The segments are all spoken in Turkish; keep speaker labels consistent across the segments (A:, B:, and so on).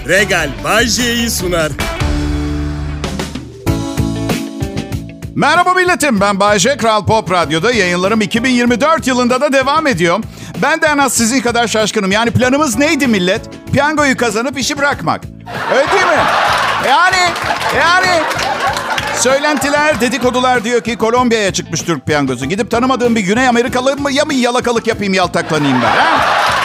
A: Regal Bay J'yi sunar.
B: Merhaba milletim, ben Bay J. Kral Pop Radyo'da yayınlarım 2024 yılında da devam ediyor. Ben de en az sizin kadar şaşkınım. Yani planımız neydi millet? Piyangoyu kazanıp işi bırakmak. Öyle değil mi? Yani... Söylentiler, dedikodular diyor ki Kolombiya'ya çıkmış Türk piyangosu. Gidip tanımadığım bir Güney Amerikalı mı yalakalık yapayım, yaltaklanayım ben. Ha?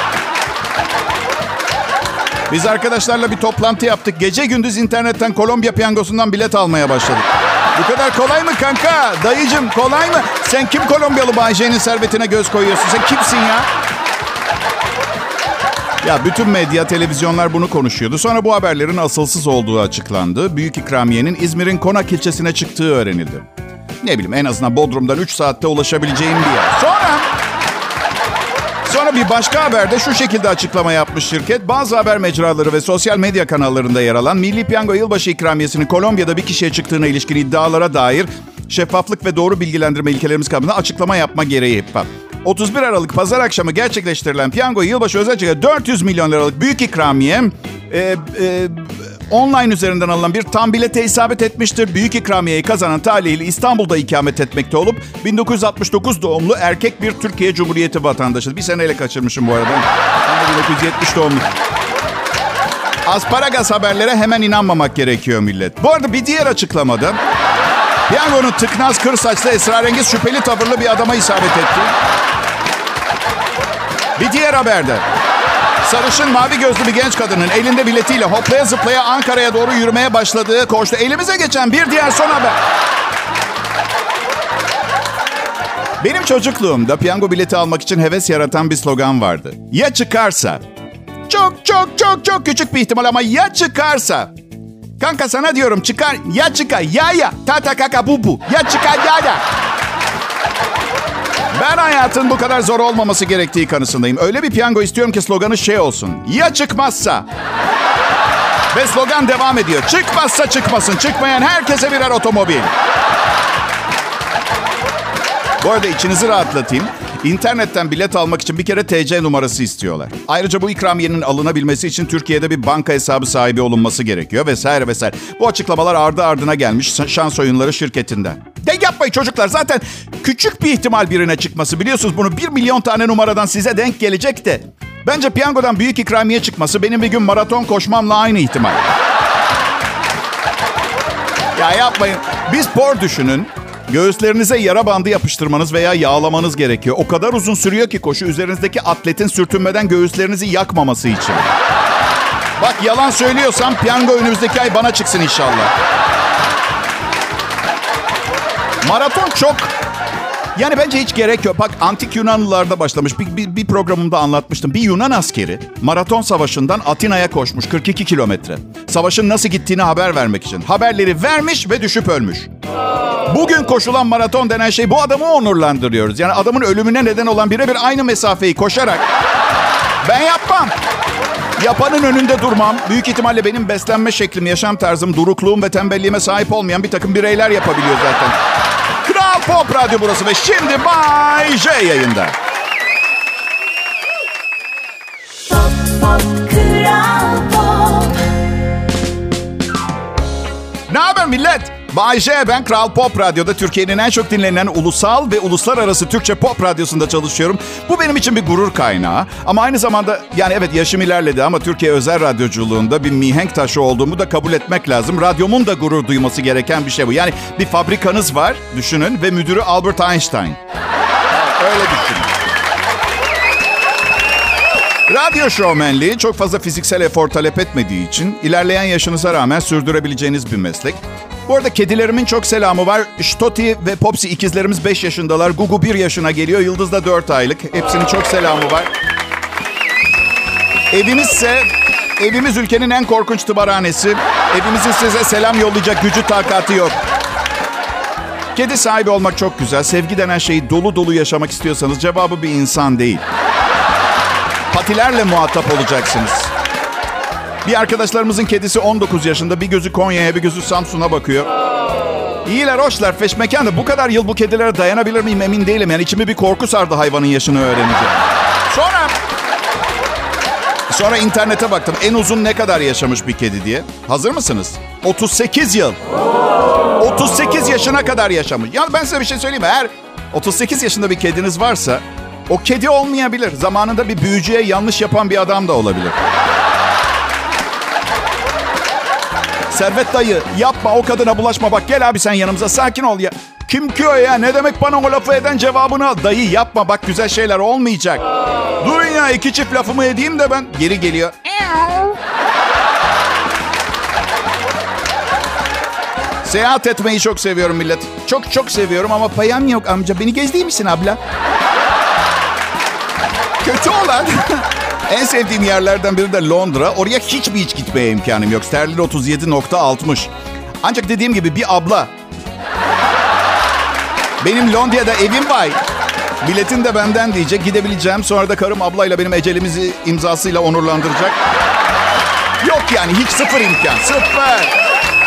B: Biz arkadaşlarla bir toplantı yaptık. Gece gündüz internetten Kolombiya piyangosundan bilet almaya başladık. Bu kadar kolay mı kanka? Dayıcım kolay mı? Sen kim Kolombiyalı Bay J'nin servetine göz koyuyorsun? Sen kimsin ya? Ya bütün medya, televizyonlar bunu konuşuyordu. Sonra bu haberlerin asılsız olduğu açıklandı. Büyük ikramiyenin İzmir'in Konak ilçesine çıktığı öğrenildi. Ne bileyim, en azından Bodrum'dan 3 saatte ulaşabileceğim bir yer. Sonra bir başka haberde şu şekilde açıklama yapmış şirket. Bazı haber mecraları ve sosyal medya kanallarında yer alan Milli Piyango Yılbaşı ikramiyesinin Kolombiya'da bir kişiye çıktığına ilişkin iddialara dair şeffaflık ve doğru bilgilendirme ilkelerimiz kapsamında açıklama yapma gereği. 31 Aralık pazar akşamı gerçekleştirilen piyango yılbaşı özel 400 milyon liralık büyük ikramiye online üzerinden alınan bir tam bilete isabet etmiştir. Büyük ikramiyeyi kazanan talihli İstanbul'da ikamet etmekte olup 1969 doğumlu erkek bir Türkiye Cumhuriyeti vatandaşı. Bir seneyle kaçırmışım bu arada. Ben de 1970 doğumlu. Asparagas haberlere hemen inanmamak gerekiyor millet. Bu arada bir diğer açıklamada piyangonun tıknaz, kır saçlı, esrarengiz, şüpheli tavırlı bir adama isabet etti. Bir diğer haberde sarışın, mavi gözlü bir genç kadının elinde biletiyle hoplaya zıplaya Ankara'ya doğru yürümeye başladığı koştu. Elimize geçen bir diğer son haber. Benim çocukluğumda piyango bileti almak için heves yaratan bir slogan vardı. Ya çıkarsa? Çok küçük bir ihtimal ama ya çıkarsa? Kanka sana diyorum, çıkar, ya çıkar, ya, tata kaka bubu, ya çıkar, ya. Ben hayatın bu kadar zor olmaması gerektiği kanısındayım. Öyle bir piyango istiyorum ki sloganı şey olsun. Ya çıkmazsa? Ve slogan devam ediyor. Çıkmazsa çıkmasın. Çıkmayan herkese birer otomobil. Bu arada içinizi rahatlatayım. İnternetten bilet almak için bir kere TC numarası istiyorlar. Ayrıca bu ikramiyenin alınabilmesi için Türkiye'de bir banka hesabı sahibi olunması gerekiyor vesaire vesaire. Bu açıklamalar ardı ardına gelmiş şans oyunları şirketinden. De yapmayın çocuklar, zaten küçük bir ihtimal birine çıkması. Biliyorsunuz bunu 1 milyon tane numaradan size denk gelecek de. Bence piyangodan büyük ikramiye çıkması benim bir gün maraton koşmamla aynı ihtimal. Ya yapmayın. Bir spor düşünün. Göğüslerinize yara bandı yapıştırmanız veya yağlamanız gerekiyor. O kadar uzun sürüyor ki koşu, üzerinizdeki atletin sürtünmeden göğüslerinizi yakmaması için. Bak, yalan söylüyorsam piyango önümüzdeki ay bana çıksın inşallah. Maraton çok... Yani bence hiç gerek yok. Bak, antik Yunanlılarda başlamış. Bir programımda anlatmıştım. Bir Yunan askeri maraton savaşından Atina'ya koşmuş 42 kilometre. Savaşın nasıl gittiğini haber vermek için. Haberleri vermiş ve düşüp ölmüş. Bugün koşulan maraton denen şey, bu adamı onurlandırıyoruz. Yani adamın ölümüne neden olan birebir aynı mesafeyi koşarak ben yapmam. Yapanın önünde durmam. Büyük ihtimalle benim beslenme şeklim, yaşam tarzım, durukluğum ve tembelliğime sahip olmayan bir takım bireyler yapabiliyor zaten. Kral Pop Radyo burası ve şimdi Bay J yayında.
C: Pop, pop, Kral Pop.
B: Ne haber millet? Bay J, ben Kral Pop Radyo'da Türkiye'nin en çok dinlenen ulusal ve uluslararası Türkçe pop radyosunda çalışıyorum. Bu benim için bir gurur kaynağı. Ama aynı zamanda, yani evet, yaşım ilerledi ama Türkiye özel radyoculuğunda bir mihenk taşı olduğumu da kabul etmek lazım. Radyomun da gurur duyması gereken bir şey bu. Yani bir fabrikanız var, düşünün, ve müdürü Albert Einstein. Öyle düşünün. Radyo şovmenliği çok fazla fiziksel efor talep etmediği için ilerleyen yaşınıza rağmen sürdürebileceğiniz bir meslek. Bu arada kedilerimin çok selamı var. Stoti ve Popsi ikizlerimiz 5 yaşındalar. Gugu 1 yaşına geliyor. Yıldız da 4 aylık. Hepsinin çok selamı var. Evimiz ülkenin en korkunç tımarhanesi. Evimizin size selam yollayacak gücü, takatı yok. Kedi sahibi olmak çok güzel. Sevgi denen şeyi dolu dolu yaşamak istiyorsanız cevabı bir insan değil. Patilerle muhatap olacaksınız. Bir arkadaşlarımızın kedisi 19 yaşında. Bir gözü Konya'ya, bir gözü Samsun'a bakıyor. İyiler, hoşlar, feşmekan da bu kadar yıl bu kedilere dayanabilir miyim emin değilim. Yani içimi bir korku sardı hayvanın yaşını öğrenince. Sonra internete baktım. En uzun ne kadar yaşamış bir kedi diye. Hazır mısınız? 38 yıl. 38 yaşına kadar yaşamış. Ya ben size bir şey söyleyeyim mi? Eğer 38 yaşında bir kediniz varsa o kedi olmayabilir. Zamanında bir büyücüye yanlış yapan bir adam da olabilir. Servet dayı yapma, o kadına bulaşma. Bak gel abi sen yanımıza, sakin ol ya. Kim ki o ya? Ne demek bana o lafı eden, cevabını al. Dayı yapma, bak güzel şeyler olmayacak. Durun ya, 2 çift lafımı edeyim de ben. Geri geliyor. Seyahat etmeyi çok seviyorum millet. Çok çok seviyorum ama payam yok amca. Beni gezdiği misin abla? Kötü olan en sevdiğim yerlerden biri de Londra. Oraya hiç gitmeye imkanım yok. Sterlin 37.60. Ancak dediğim gibi bir abla. Benim Londra'da evim var. Biletin de benden diyecek. Gidebileceğim. Sonra da karım ablayla benim ecelimizi imzasıyla onurlandıracak. Yok yani, hiç sıfır imkan. Sıfır.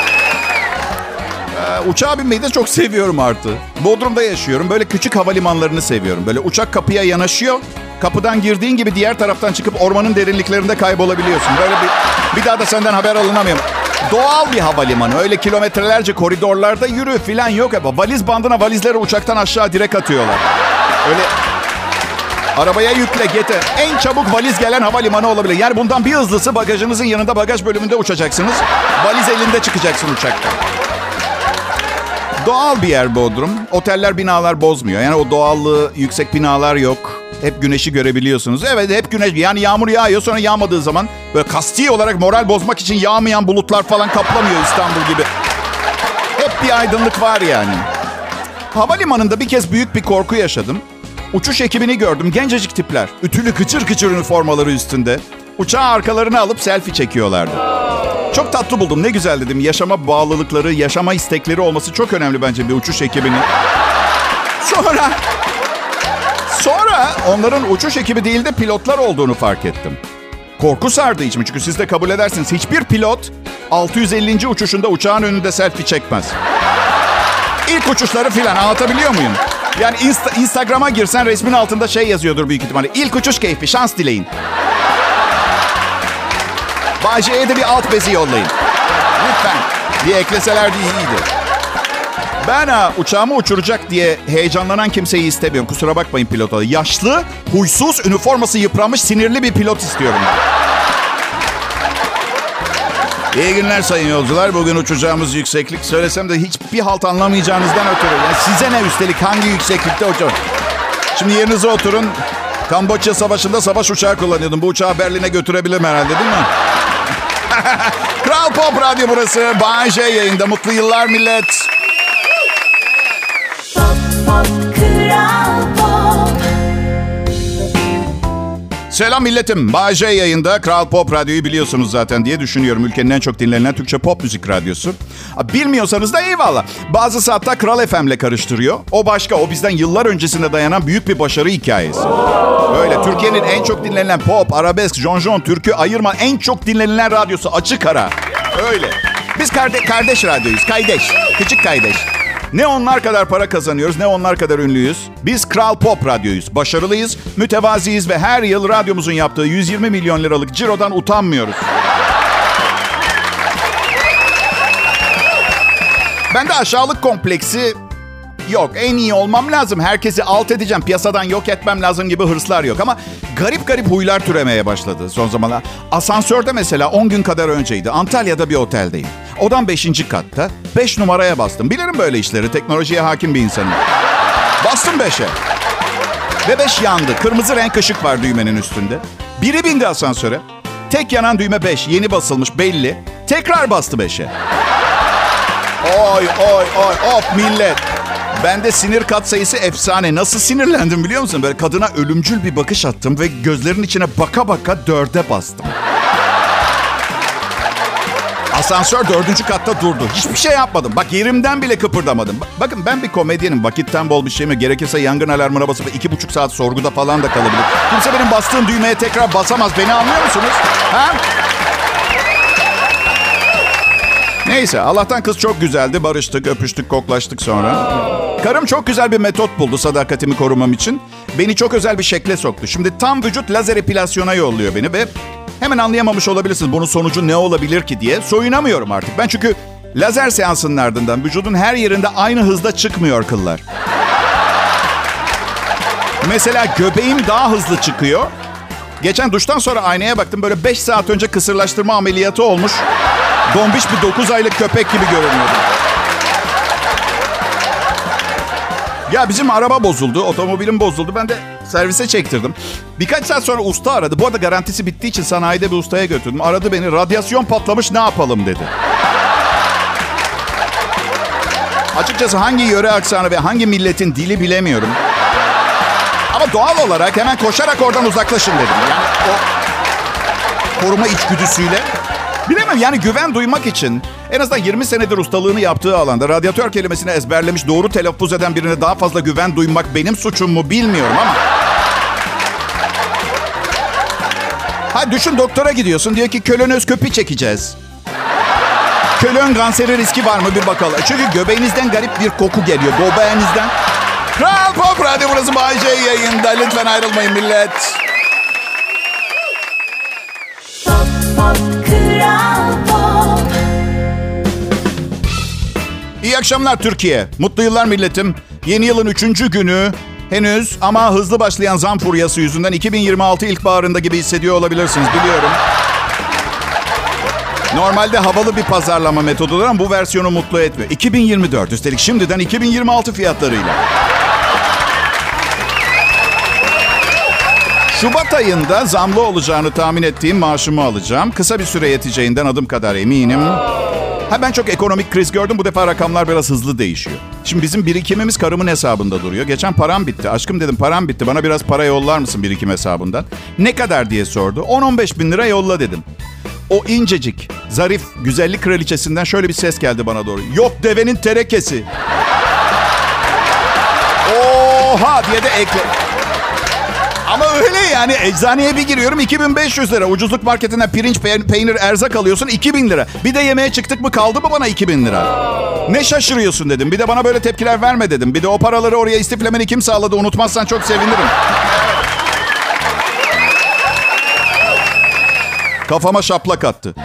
B: Uçağa binmeyi de çok seviyorum artık. Bodrum'da yaşıyorum. Böyle küçük havalimanlarını seviyorum. Böyle uçak kapıya yanaşıyor. Kapıdan girdiğin gibi diğer taraftan çıkıp ormanın derinliklerinde kaybolabiliyorsun. Böyle bir daha da senden haber alınamıyor. Doğal bir havalimanı. Öyle kilometrelerce koridorlarda yürü falan yok. Valiz bandına valizleri uçaktan aşağı direkt atıyorlar. Öyle arabaya yükle getir. En çabuk valiz gelen havalimanı olabilir. Yani bundan bir hızlısı bagajınızın yanında, bagaj bölümünde uçacaksınız. Valiz elinde çıkacaksın uçaktan. Doğal bir yer Bodrum. Oteller binalar bozmuyor. Yani o doğallığı, yüksek binalar yok. Hep güneşi görebiliyorsunuz. Evet, hep güneş. Yani yağmur yağıyor, sonra yağmadığı zaman böyle kasti olarak moral bozmak için yağmayan bulutlar falan kaplamıyor İstanbul gibi. Hep bir aydınlık var yani. Havalimanında bir kez büyük bir korku yaşadım. Uçuş ekibini gördüm. Gencecik tipler. Ütülü kıçır kıçır üniformaları üstünde. Uçağın arkalarını alıp selfie çekiyorlardı. Çok tatlı buldum. Ne güzel dedim. Yaşama bağlılıkları, yaşama istekleri olması çok önemli bence bir uçuş ekibinin. Sonra onların uçuş ekibi değil de pilotlar olduğunu fark ettim. Korku sardı içimi, çünkü siz de kabul edersiniz. Hiçbir pilot 650. uçuşunda uçağın önünde selfie çekmez. İlk uçuşları filan, anlatabiliyor muyum? Yani Instagram'a girsen resmin altında şey yazıyordur büyük ihtimalle. İlk uçuş keyfi, şans dileyin. Bay J'ye de bir alt bezi yollayın. Lütfen. Diye ekleselerdi iyiydi. Ben uçağımı uçuracak diye heyecanlanan kimseyi istemiyorum. Kusura bakmayın pilota. Yaşlı, huysuz, üniforması yıpranmış, sinirli bir pilot istiyorum ben. İyi günler sayın yolcular. Bugün uçacağımız yükseklik, söylesem de hiçbir halt anlamayacağınızdan ötürü. Yani size ne üstelik, hangi yükseklikte uçacağım? Şimdi yerinize oturun. Kamboçya Savaşı'nda savaş uçağı kullanıyordum. Bu uçağı Berlin'e götürebilirim herhalde, değil mi? Kral Pop Radyo burası. Bay J yayında. Mutlu yıllar millet.
C: Pop, pop, Kral Pop.
B: Selam milletim. Bay J yayında. Kral Pop Radyo'yu biliyorsunuz zaten diye düşünüyorum. Ülkenin en çok dinlenen Türkçe pop müzik radyosu. Bilmiyorsanız da eyvallah. Bazısı hatta Kral FM'le karıştırıyor. O başka. O bizden yıllar öncesine dayanan büyük bir başarı hikayesi. Öyle Türkiye'nin en çok dinlenilen pop, arabesk, jonjon, türkü ayırma en çok dinlenilen radyosu. Açık ara. Öyle. Biz kardeş radyoyuz. Kardeş. Küçük kardeş. Ne onlar kadar para kazanıyoruz, ne onlar kadar ünlüyüz. Biz Kral Pop Radyo'yuz. Başarılıyız, mütevaziyiz ve her yıl radyomuzun yaptığı 120 milyon liralık cirodan utanmıyoruz. Bende aşağılık kompleksi yok. En iyi olmam lazım. Herkesi alt edeceğim, piyasadan yok etmem lazım gibi hırslar yok. Ama garip huylar türemeye başladı son zamanlar. Asansörde mesela 10 gün kadar önceydi. Antalya'da bir oteldeyim. Odam 5. katta. 5 numaraya bastım. Bilirim böyle işleri. Teknolojiye hakim bir insanım. Bastım 5'e. Ve 5 yandı. Kırmızı renk ışık var düğmenin üstünde. Biri bindi asansöre. Tek yanan düğme 5. Yeni basılmış belli. Tekrar bastı 5'e. Oy of millet. Bende sinir katsayısı efsane. Nasıl sinirlendim biliyor musun? Böyle kadına ölümcül bir bakış attım ve gözlerinin içine baka baka 4'e bastım. Asansör 4. katta durdu. Hiçbir şey yapmadım. Bak yerimden bile kıpırdamadım. Bakın ben bir komedyenim. Vakitten bol bir şey mi? Gerekirse yangın alarmına basıp 2,5 saat sorguda falan da kalabilir. Kimse benim bastığım düğmeye tekrar basamaz. Beni anlıyor musunuz? Ha? Neyse, Allah'tan kız çok güzeldi. Barıştık, öpüştük, koklaştık sonra. Karım çok güzel bir metot buldu sadakatimi korumam için. Beni çok özel bir şekle soktu. Şimdi tam vücut lazer epilasyona yolluyor beni ve hemen anlayamamış olabilirsiniz bunun sonucu ne olabilir ki diye. Soyunamıyorum artık. Ben çünkü lazer seansının ardından vücudun her yerinde aynı hızda çıkmıyor kıllar. Mesela göbeğim daha hızlı çıkıyor. Geçen duştan sonra aynaya baktım. Böyle 5 saat önce kısırlaştırma ameliyatı olmuş. Dombiş bir 9 aylık köpek gibi görünüyordu. Ya bizim araba bozuldu. Otomobilim bozuldu. Ben de servise çektirdim. Birkaç saat sonra usta aradı. Bu arada garantisi bittiği için sanayide bir ustaya götürdüm. Aradı beni. Radyasyon patlamış, ne yapalım dedi. Açıkçası hangi yöre aksanı ve hangi milletin dili bilemiyorum. Ama doğal olarak hemen koşarak oradan uzaklaşın dedim. Yani o koruma içgüdüsüyle. Bilemem, yani güven duymak için en azından 20 senedir ustalığını yaptığı alanda radyatör kelimesini ezberlemiş, doğru telaffuz eden birine daha fazla güven duymak benim suçum mu bilmiyorum ama. Ha düşün, doktora gidiyorsun, diyor ki kolonöskopi çekeceğiz. Kolon kanseri riski var mı bir bakalım. Çünkü göbeğinizden garip bir koku geliyor, göbeğinizden. Kral Pop Radyo, burası Bay J yayında. Lütfen ayrılmayın millet.
C: Pop, pop, Kral Pop.
B: İyi akşamlar Türkiye. Mutlu yıllar milletim. Yeni yılın 3. günü henüz ama hızlı başlayan zam furyası yüzünden 2026 ilkbaharında gibi hissediyor olabilirsiniz, biliyorum. Normalde havalı bir pazarlama metodudur ama bu versiyonu mutlu etmiyor. 2024, üstelik şimdiden 2026 fiyatlarıyla. Şubat ayında zamlı olacağını tahmin ettiğim maaşımı alacağım. Kısa bir süre yeteceğinden adım kadar eminim. Ben çok ekonomik kriz gördüm. Bu defa rakamlar biraz hızlı değişiyor. Şimdi bizim birikimimiz karımın hesabında duruyor. Geçen param bitti. Aşkım dedim, param bitti. Bana biraz para yollar mısın birikim hesabından? Ne kadar diye sordu. 10-15 bin lira yolla dedim. O incecik, zarif, güzellik kraliçesinden şöyle bir ses geldi bana doğru. Yok, devenin terekesi. Oha diye de ekle. Ama öyle yani, eczaneye bir giriyorum 2500 lira. Ucuzluk marketinden pirinç, peynir, erzak alıyorsun 2000 lira. Bir de yemeğe çıktık mı kaldı mı bana 2000 lira. Ne şaşırıyorsun dedim. Bir de bana böyle tepkiler verme dedim. Bir de o paraları oraya istiflemeni kim sağladı, unutmazsan çok sevinirim. Kafama şaplak attı.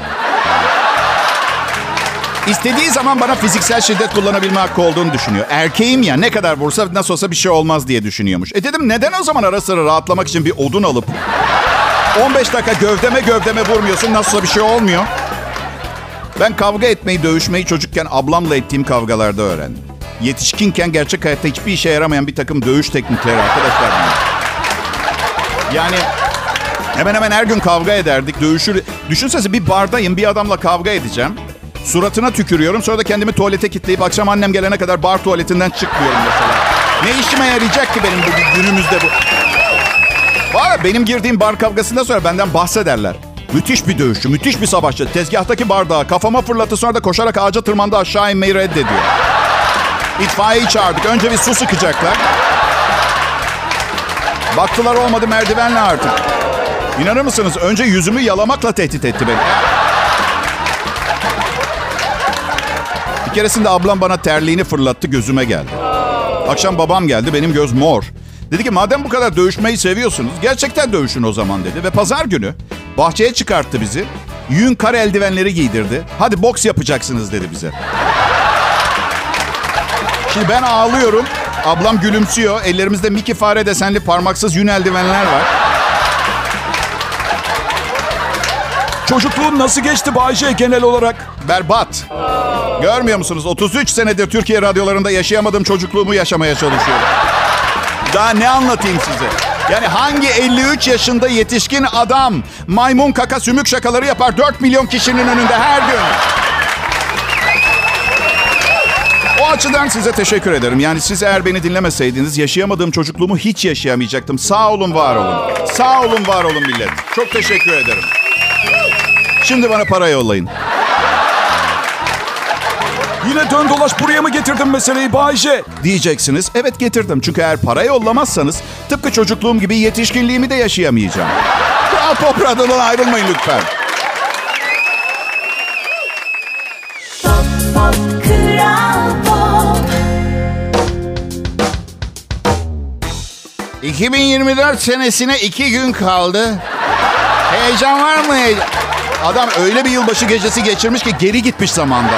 B: İstediği zaman bana fiziksel şiddet kullanabilme hakkı olduğunu düşünüyor. Erkeğim ya, ne kadar vursa nasıl olsa bir şey olmaz diye düşünüyormuş. Dedim, neden o zaman ara sıra rahatlamak için bir odun alıp 15 dakika gövdeme vurmuyorsun, nasıl olsa bir şey olmuyor. Ben kavga etmeyi, dövüşmeyi çocukken ablamla ettiğim kavgalarda öğrendim. Yetişkinken gerçek hayatta hiçbir işe yaramayan bir takım dövüş teknikleri arkadaşlar. Yani hemen hemen her gün kavga ederdik, dövüşür. Düşünsenize, bir bardayım, bir adamla kavga edeceğim. Suratına tükürüyorum. Sonra da kendimi tuvalete kilitleyip akşam annem gelene kadar bar tuvaletinden çıkmıyorum mesela. Ne işime yarayacak ki benim bu günümüzde bu? Var, benim girdiğim bar kavgasından sonra benden bahsederler. Müthiş bir dövüşçü, müthiş bir savaşçı. Tezgahtaki bardağı kafama fırlattı, sonra da koşarak ağaca tırmandı, aşağı inmeyi reddediyor. İtfaiyeyi çağırdık. Önce bir su sıkacaklar. Baktılar olmadı, merdivenle artık. İnanır mısınız? Önce yüzümü yalamakla tehdit etti beni. Bir keresinde ablam bana terliğini fırlattı, gözüme geldi. Akşam babam geldi, benim göz mor. Dedi ki, madem bu kadar dövüşmeyi seviyorsunuz, gerçekten dövüşün o zaman dedi. Ve pazar günü bahçeye çıkarttı bizi. Yün kar eldivenleri giydirdi. Hadi boks yapacaksınız dedi bize. Şimdi ben ağlıyorum. Ablam gülümsüyor. Ellerimizde Mickey fare desenli parmaksız yün eldivenler var. Çocukluğun nasıl geçti Bayce genel olarak? Berbat. Görmüyor musunuz? 33 senedir Türkiye radyolarında yaşayamadığım çocukluğumu yaşamaya çalışıyorum. Daha ne anlatayım size? Yani hangi 53 yaşında yetişkin adam maymun kaka sümük şakaları yapar 4 milyon kişinin önünde her gün? O açıdan size teşekkür ederim. Yani siz eğer beni dinlemeseydiniz yaşayamadığım çocukluğumu hiç yaşayamayacaktım. Sağ olun, var olun. Sağ olun, var olun millet. Çok teşekkür ederim. Şimdi bana para yollayın. Yine dön dolaş buraya mı getirdin meseleyi Bayce? Diyeceksiniz. Evet, getirdim. Çünkü eğer para yollamazsanız tıpkı çocukluğum gibi yetişkinliğimi de yaşayamayacağım. Kral Pop Radyo'dan ayrılmayın lütfen.
C: Pop,
B: 2024 senesine 2 gün kaldı. Heyecan var mı? Adam öyle bir yılbaşı gecesi geçirmiş ki geri gitmiş zamanda.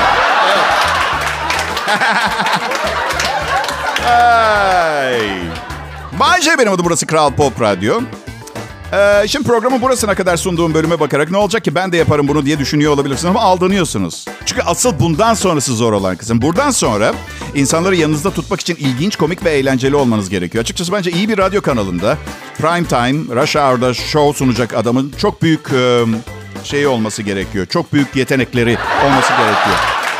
B: Evet. Bay J benim adım, burası Kral Pop Radyo. Şimdi programı burasına kadar sunduğum bölüme bakarak ne olacak ki ben de yaparım bunu diye düşünüyor olabilirsiniz ama aldanıyorsunuz. Çünkü asıl bundan sonrası zor olan kısım. Buradan sonra insanları yanınızda tutmak için ilginç, komik ve eğlenceli olmanız gerekiyor. Açıkçası bence iyi bir radyo kanalında prime time, rush hour'da show sunacak adamın çok büyük şeyi olması gerekiyor. Çok büyük yetenekleri olması gerekiyor.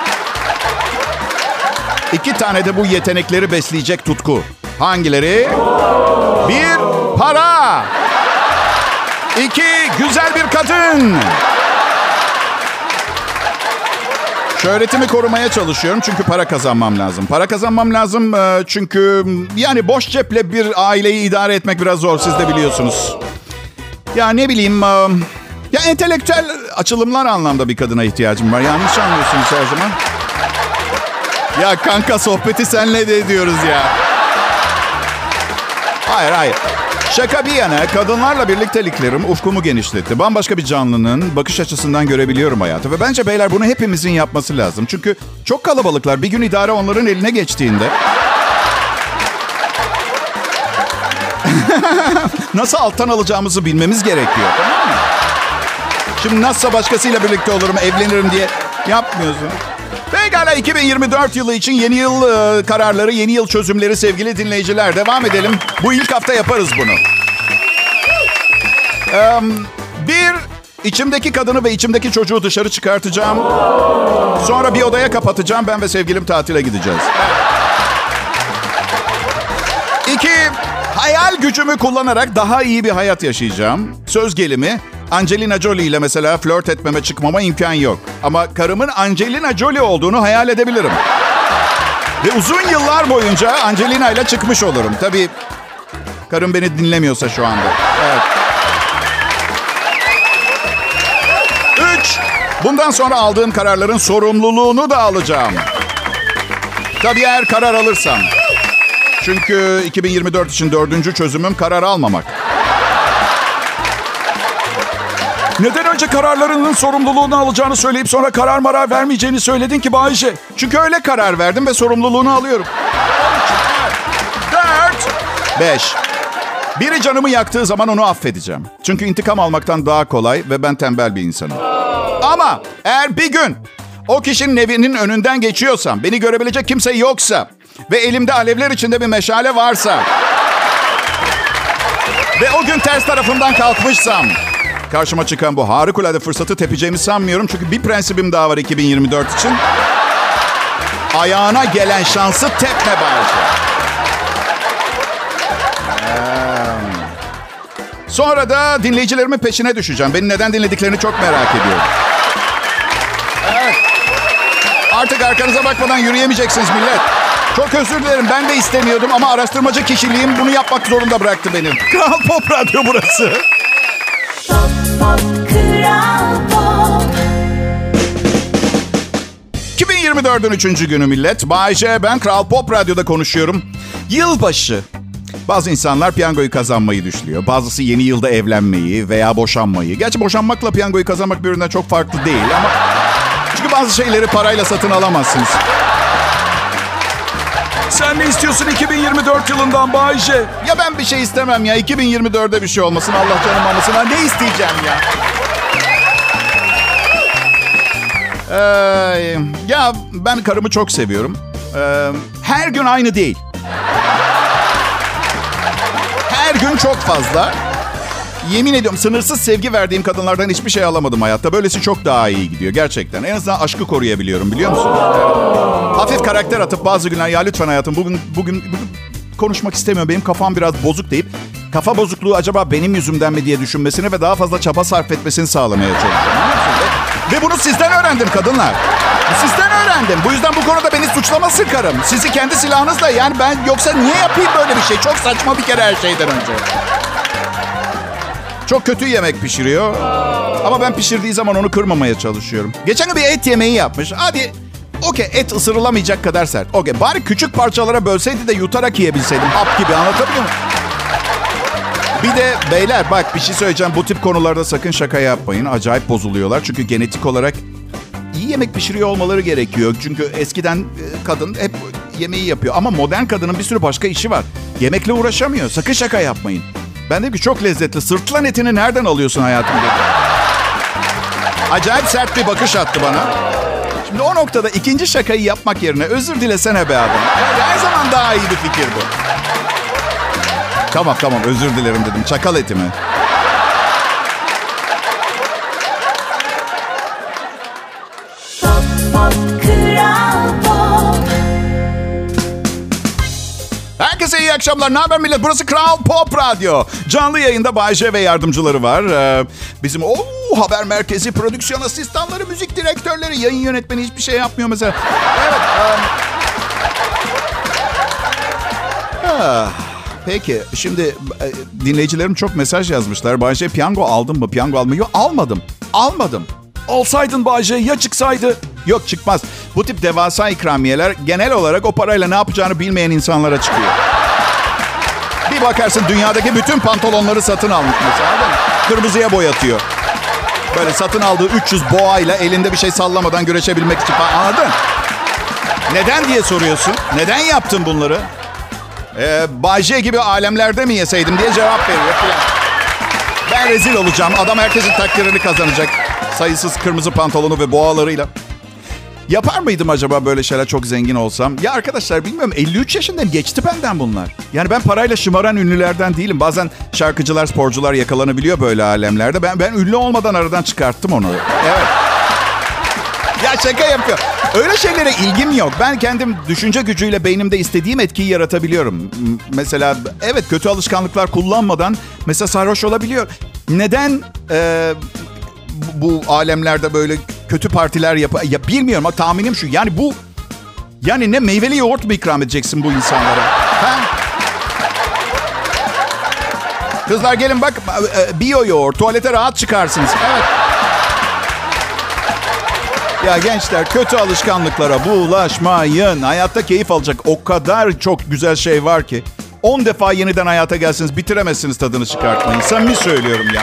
B: 2 tane de bu yetenekleri besleyecek tutku. Hangileri? 1, para. 2, güzel bir kadın. Şöhretimi korumaya çalışıyorum çünkü para kazanmam lazım. Para kazanmam lazım çünkü yani boş ceple bir aileyi idare etmek biraz zor, siz de biliyorsunuz. Ya ne bileyim, ya entelektüel açılımlar anlamda bir kadına ihtiyacım var. Yanlış anlıyorsunuz her zaman. Ya kanka, sohbeti senle de ediyoruz ya. Hayır. Şaka bir yana, kadınlarla birlikteliklerim ufkumu genişletti. Bambaşka bir canlının bakış açısından görebiliyorum hayatı. Ve bence beyler bunu hepimizin yapması lazım. Çünkü çok kalabalıklar. Bir gün idare onların eline geçtiğinde... nasıl alttan alacağımızı bilmemiz gerekiyor. Tamam mı? Şimdi nasılsa başkasıyla birlikte olurum, evlenirim diye yapmıyorsun. Pekala, 2024 yılı için yeni yıl kararları, yeni yıl çözümleri sevgili dinleyiciler. Devam edelim. Bu ilk hafta yaparız bunu. Bir, içimdeki kadını ve içimdeki çocuğu dışarı çıkartacağım. Sonra bir odaya kapatacağım. Ben ve sevgilim tatile gideceğiz. 2, hayal gücümü kullanarak daha iyi bir hayat yaşayacağım. Söz gelimi, Angelina Jolie ile mesela flört etmeme, çıkmama imkan yok. Ama karımın Angelina Jolie olduğunu hayal edebilirim. Ve uzun yıllar boyunca Angelina ile çıkmış olurum. Tabii karım beni dinlemiyorsa şu anda. Evet. 3, bundan sonra aldığım kararların sorumluluğunu da alacağım. Tabii eğer karar alırsam. Çünkü 2024 için 4. çözümüm karar almamak. Neden önce kararlarının sorumluluğunu alacağını söyleyip sonra karar vermeyeceğini söyledin ki Bayşe? Çünkü öyle karar verdim ve sorumluluğunu alıyorum. 4, 5. Biri canımı yaktığı zaman onu affedeceğim. Çünkü intikam almaktan daha kolay ve ben tembel bir insanım. Ama eğer bir gün o kişinin evinin önünden geçiyorsam, beni görebilecek kimse yoksa ve elimde alevler içinde bir meşale varsa ve o gün ters tarafından kalkmışsam, karşıma çıkan bu harikulade fırsatı tepeceğimi sanmıyorum. Çünkü bir prensibim daha var 2024 için. Ayağına gelen şansı tepme Bayşe. Sonra da dinleyicilerimin peşine düşeceğim. Beni neden dinlediklerini çok merak ediyorum. Evet. Artık arkanıza bakmadan yürüyemeyeceksiniz millet. Çok özür dilerim, ben de istemiyordum ama araştırmacı kişiliğim bunu yapmak zorunda bıraktı beni. Kral Pop Radyo burası.
C: Pop, Kral Pop.
B: 2024'ün 3. günü millet. Bay J, ben Kral Pop Radyo'da konuşuyorum. Yılbaşı. Bazı insanlar piyangoyu kazanmayı düşlüyor. Bazısı yeni yılda evlenmeyi veya boşanmayı. Gerçi boşanmakla piyangoyu kazanmak birbirinden çok farklı değil ama... Çünkü bazı şeyleri parayla satın alamazsınız. Sen ne istiyorsun 2024 yılından Bayşe? Ya ben bir şey istemem ya. 2024'de bir şey olmasın. Allah canım almasın. Ne isteyeceğim ya? Ya ben karımı çok seviyorum. Her gün aynı değil. Her gün çok fazla. Yemin ediyorum sınırsız sevgi verdiğim kadınlardan hiçbir şey alamadım hayatta. Böylesi çok daha iyi gidiyor gerçekten. En azından aşkı koruyabiliyorum, biliyor musun? Evet. Hafif karakter atıp bazı günler ya lütfen hayatım bugün konuşmak istemiyorum. Benim kafam biraz bozuk deyip kafa bozukluğu acaba benim yüzümden mi diye düşünmesini ve daha fazla çaba sarf etmesini sağlamaya çalışıyorum. Ve bunu sizden öğrendim kadınlar. Sizden öğrendim. Bu yüzden bu konuda beni suçlamasın karım. Sizi kendi silahınızla, yani ben yoksa niye yapayım böyle bir şey? Çok saçma bir kere her şeyden önce. Çok kötü yemek pişiriyor. Ama ben pişirdiği zaman onu kırmamaya çalışıyorum. Geçen gün bir et yemeği yapmış. Hadi okey, et ısırılamayacak kadar sert. Okey, bari küçük parçalara bölseydi de yutarak yiyebilseydim. Hap gibi, anlatabiliyor muyum? Bir de beyler bak bir şey söyleyeceğim. Bu tip konularda sakın şaka yapmayın. Acayip bozuluyorlar. Çünkü genetik olarak iyi yemek pişiriyor olmaları gerekiyor. Çünkü eskiden kadın hep yemeği yapıyor. Ama modern kadının bir sürü başka işi var. Yemekle uğraşamıyor. Sakın şaka yapmayın. Ben dedim ki çok lezzetli. Sırtlan etini nereden alıyorsun hayatım dedi. Acayip sert bir bakış attı bana. Şimdi o noktada ikinci şakayı yapmak yerine özür dilesene be adam. Yani her zaman daha iyi bir fikir bu. Tamam özür dilerim dedim. Çakal eti mi? Herkese iyi akşamlar. Ne haber millet? Burası Kral Pop Radyo. Canlı yayında Bay J ve yardımcıları var. Bizim haber merkezi, prodüksiyon asistanları, müzik direktörleri, yayın yönetmeni hiçbir şey yapmıyor mesela. Evet. Peki şimdi dinleyicilerim çok mesaj yazmışlar. Bay J piyango aldın mı? Piyango almayı yok. Almadım. Olsaydın Bay J ya çıksaydı? Yok çıkmaz. Bu tip devasa ikramiyeler genel olarak o parayla ne yapacağını bilmeyen insanlara çıkıyor. Bir bakarsın dünyadaki bütün pantolonları satın almış mesela. Kırmızıya boyatıyor. Böyle satın aldığı 300 boğayla elinde bir şey sallamadan güreşebilmek için. Anladın? Neden diye soruyorsun. Neden yaptın bunları? Bay J gibi alemlerde mi yeseydim diye cevap veriyor falan. Ben rezil olacağım. Adam herkesin takdirini kazanacak. Sayısız kırmızı pantolonu ve boğalarıyla. Yapar mıydım acaba böyle şeyler çok zengin olsam? Ya arkadaşlar bilmiyorum 53 yaşındayım. Geçti benden bunlar. Yani ben parayla şımaran ünlülerden değilim. Bazen şarkıcılar, sporcular yakalanabiliyor böyle alemlerde. Ben ünlü olmadan aradan çıkarttım onu. Evet. Ya şaka yapıyor. Öyle şeylere ilgim yok. Ben kendim düşünce gücüyle beynimde istediğim etkiyi yaratabiliyorum. Mesela evet kötü alışkanlıklar kullanmadan mesela sarhoş olabiliyor. Neden bu alemlerde böyle kötü partiler ya bilmiyorum ama tahminim şu. Yani ne meyveli yoğurt mu ikram edeceksin bu insanlara? Ha? Kızlar gelin bak bio yoğurt tuvalete rahat çıkarsınız. Evet. Ya gençler kötü alışkanlıklara bulaşmayın. Hayatta keyif alacak o kadar çok güzel şey var ki. 10 defa yeniden hayata gelseniz bitiremezsiniz tadını çıkartmayın. Samimi söylüyorum ya.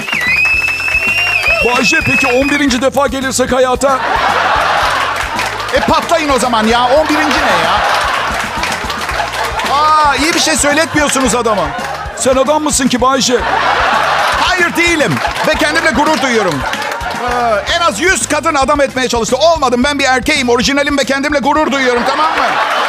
A: Bay J peki 11. defa gelirsek hayata?
B: Patlayın o zaman ya. 11. ne ya? İyi bir şey söyletmiyorsunuz adama.
A: Sen adam mısın ki Bay J?
B: Hayır değilim. Ve kendimle gurur duyuyorum. En az 100 kadın adam etmeye çalıştı. Olmadım ben bir erkeğim. Orijinalim ve kendimle gurur duyuyorum tamam mı?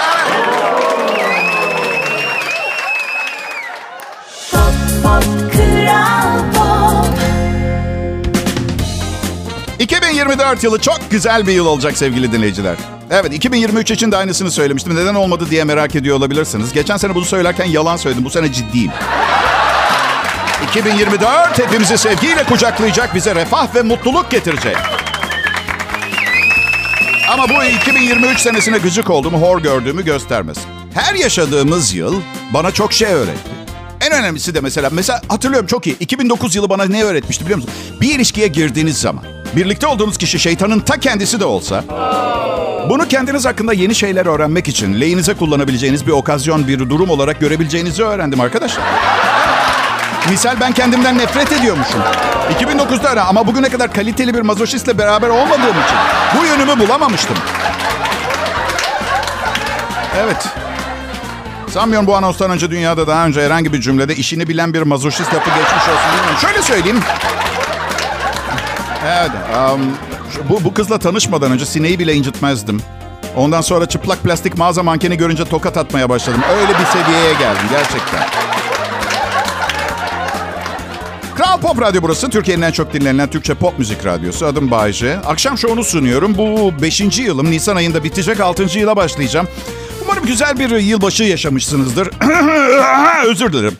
B: 2024 yılı çok güzel bir yıl olacak sevgili dinleyiciler. Evet 2023 için de aynısını söylemiştim. Neden olmadı diye merak ediyor olabilirsiniz. Geçen sene bunu söylerken yalan söyledim. Bu sene ciddiyim. 2024 hepimizi sevgiyle kucaklayacak, bize refah ve mutluluk getirecek. Ama bu 2023 senesine gıcık olduğumu, hor gördüğümü göstermez. Her yaşadığımız yıl bana çok şey öğretti. En önemlisi de mesela hatırlıyorum çok iyi. 2009 yılı bana ne öğretmişti biliyor musun? Bir ilişkiye girdiğiniz zaman birlikte olduğunuz kişi şeytanın ta kendisi de olsa bunu kendiniz hakkında yeni şeyler öğrenmek için lehinize kullanabileceğiniz bir okazyon, bir durum olarak görebileceğinizi öğrendim arkadaşlar. Misal ben kendimden nefret ediyormuşum. 2009'da öyle ama bugüne kadar kaliteli bir mazoşistle beraber olmadığım için bu yönümü bulamamıştım. Evet. Sanmıyorum bu anonstan önce dünyada daha önce herhangi bir cümlede işini bilen bir mazoşist lafı geçmiş olsun bilmiyorum. Şöyle söyleyeyim. Evet. Bu kızla tanışmadan önce sineği bile incitmezdim. Ondan sonra çıplak plastik mağaza mankeni görünce tokat atmaya başladım. Öyle bir seviyeye geldim gerçekten. Kral Pop Radyo burası. Türkiye'nin en çok dinlenilen Türkçe pop müzik radyosu. Adım Bay J. Akşam şovunu sunuyorum. Bu 5. yılım. Nisan ayında bitecek. 6. yıla başlayacağım. Umarım güzel bir yılbaşı yaşamışsınızdır. Özür dilerim.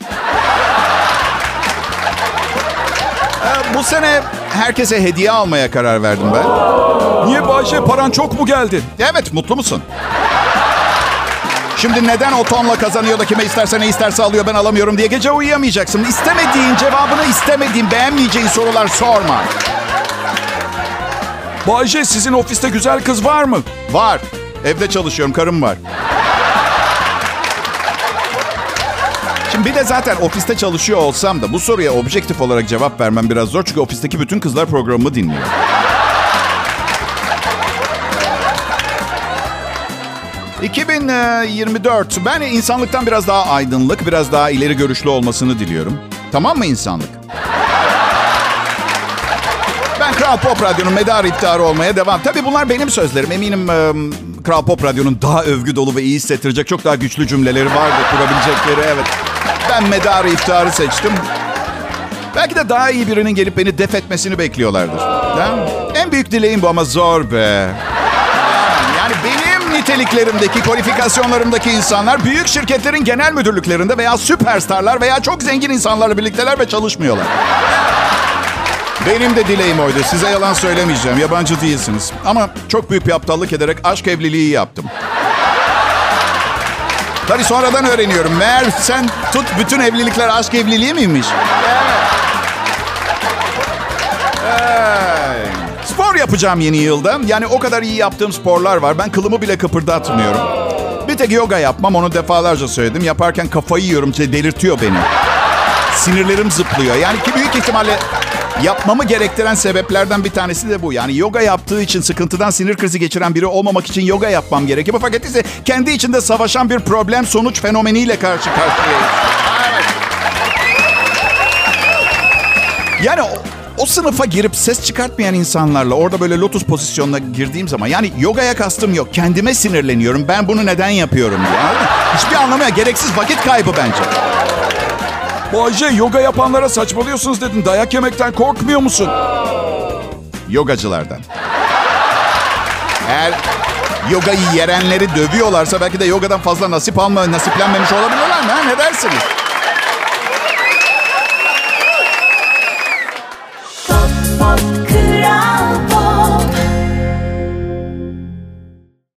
B: Bu sene herkese hediye almaya karar verdim ben.
A: Niye Bay J, paran çok mu geldi?
B: Evet, mutlu musun? Şimdi neden o tonla kazanıyor da kime isterse ne isterse alıyor ben alamıyorum diye gece uyuyamayacaksın. İstemediğin cevabını istemediğin, beğenmeyeceğin sorular sorma.
A: Bay J, sizin ofiste güzel kız var mı?
B: Var. Evde çalışıyorum, karım var. Şimdi bir de zaten ofiste çalışıyor olsam da bu soruya objektif olarak cevap vermem biraz zor. Çünkü ofisteki bütün kızlar programımı dinliyor. ...2024. Ben insanlıktan biraz daha aydınlık, biraz daha ileri görüşlü olmasını diliyorum. Tamam mı insanlık? Ben Kral Pop Radyo'nun medarı iftiharı olmaya devam. Tabii bunlar benim sözlerim. Eminim Kral Pop Radyo'nun daha övgü dolu ve iyi hissettirecek çok daha güçlü cümleleri vardı, kurabilecekleri. Evet. Ben medarı iftiharı seçtim. Belki de daha iyi birinin gelip beni def etmesini bekliyorlardır. En büyük dileğim bu ama zor be. Yani benim niteliklerimdeki, kualifikasyonlarımdaki insanlar büyük şirketlerin genel müdürlüklerinde veya süperstarlar veya çok zengin insanlarla birlikteler ve çalışmıyorlar. Benim de dileğim oydu. Size yalan söylemeyeceğim. Yabancı değilsiniz. Ama çok büyük bir aptallık ederek aşk evliliği yaptım. Tabii sonradan öğreniyorum. Meğer sen tut bütün evlilikler aşk evliliği miymiş? Evet. Spor yapacağım yeni yılda. Yani o kadar iyi yaptığım sporlar var. Ben kılımı bile kıpırdatmıyorum. Bir tek yoga yapmam. Onu defalarca söyledim. Yaparken kafayı yiyorum. Delirtiyor beni. Sinirlerim zıplıyor. Yani ki büyük ihtimalle yapmamı gerektiren sebeplerden bir tanesi de bu. Yani yoga yaptığı için sıkıntıdan sinir krizi geçiren biri olmamak için yoga yapmam gerekiyor. Fakat ise kendi içinde savaşan bir problem sonuç fenomeniyle karşı karşıyayım. Evet. Yani o sınıfa girip ses çıkartmayan insanlarla orada böyle lotus pozisyonuna girdiğim zaman yani yogaya kastım yok. Kendime sinirleniyorum. Ben bunu neden yapıyorum diye. Hiçbir anlamı yok. Gereksiz vakit kaybı bence.
A: Bayce, yoga yapanlara saçmalıyorsunuz dedin. Dayak yemekten korkmuyor musun?
B: Yogacılardan. Eğer yogayı yerenleri dövüyorlarsa belki de yogadan fazla nasiplenmemiş olabilirler mi? Ne dersiniz?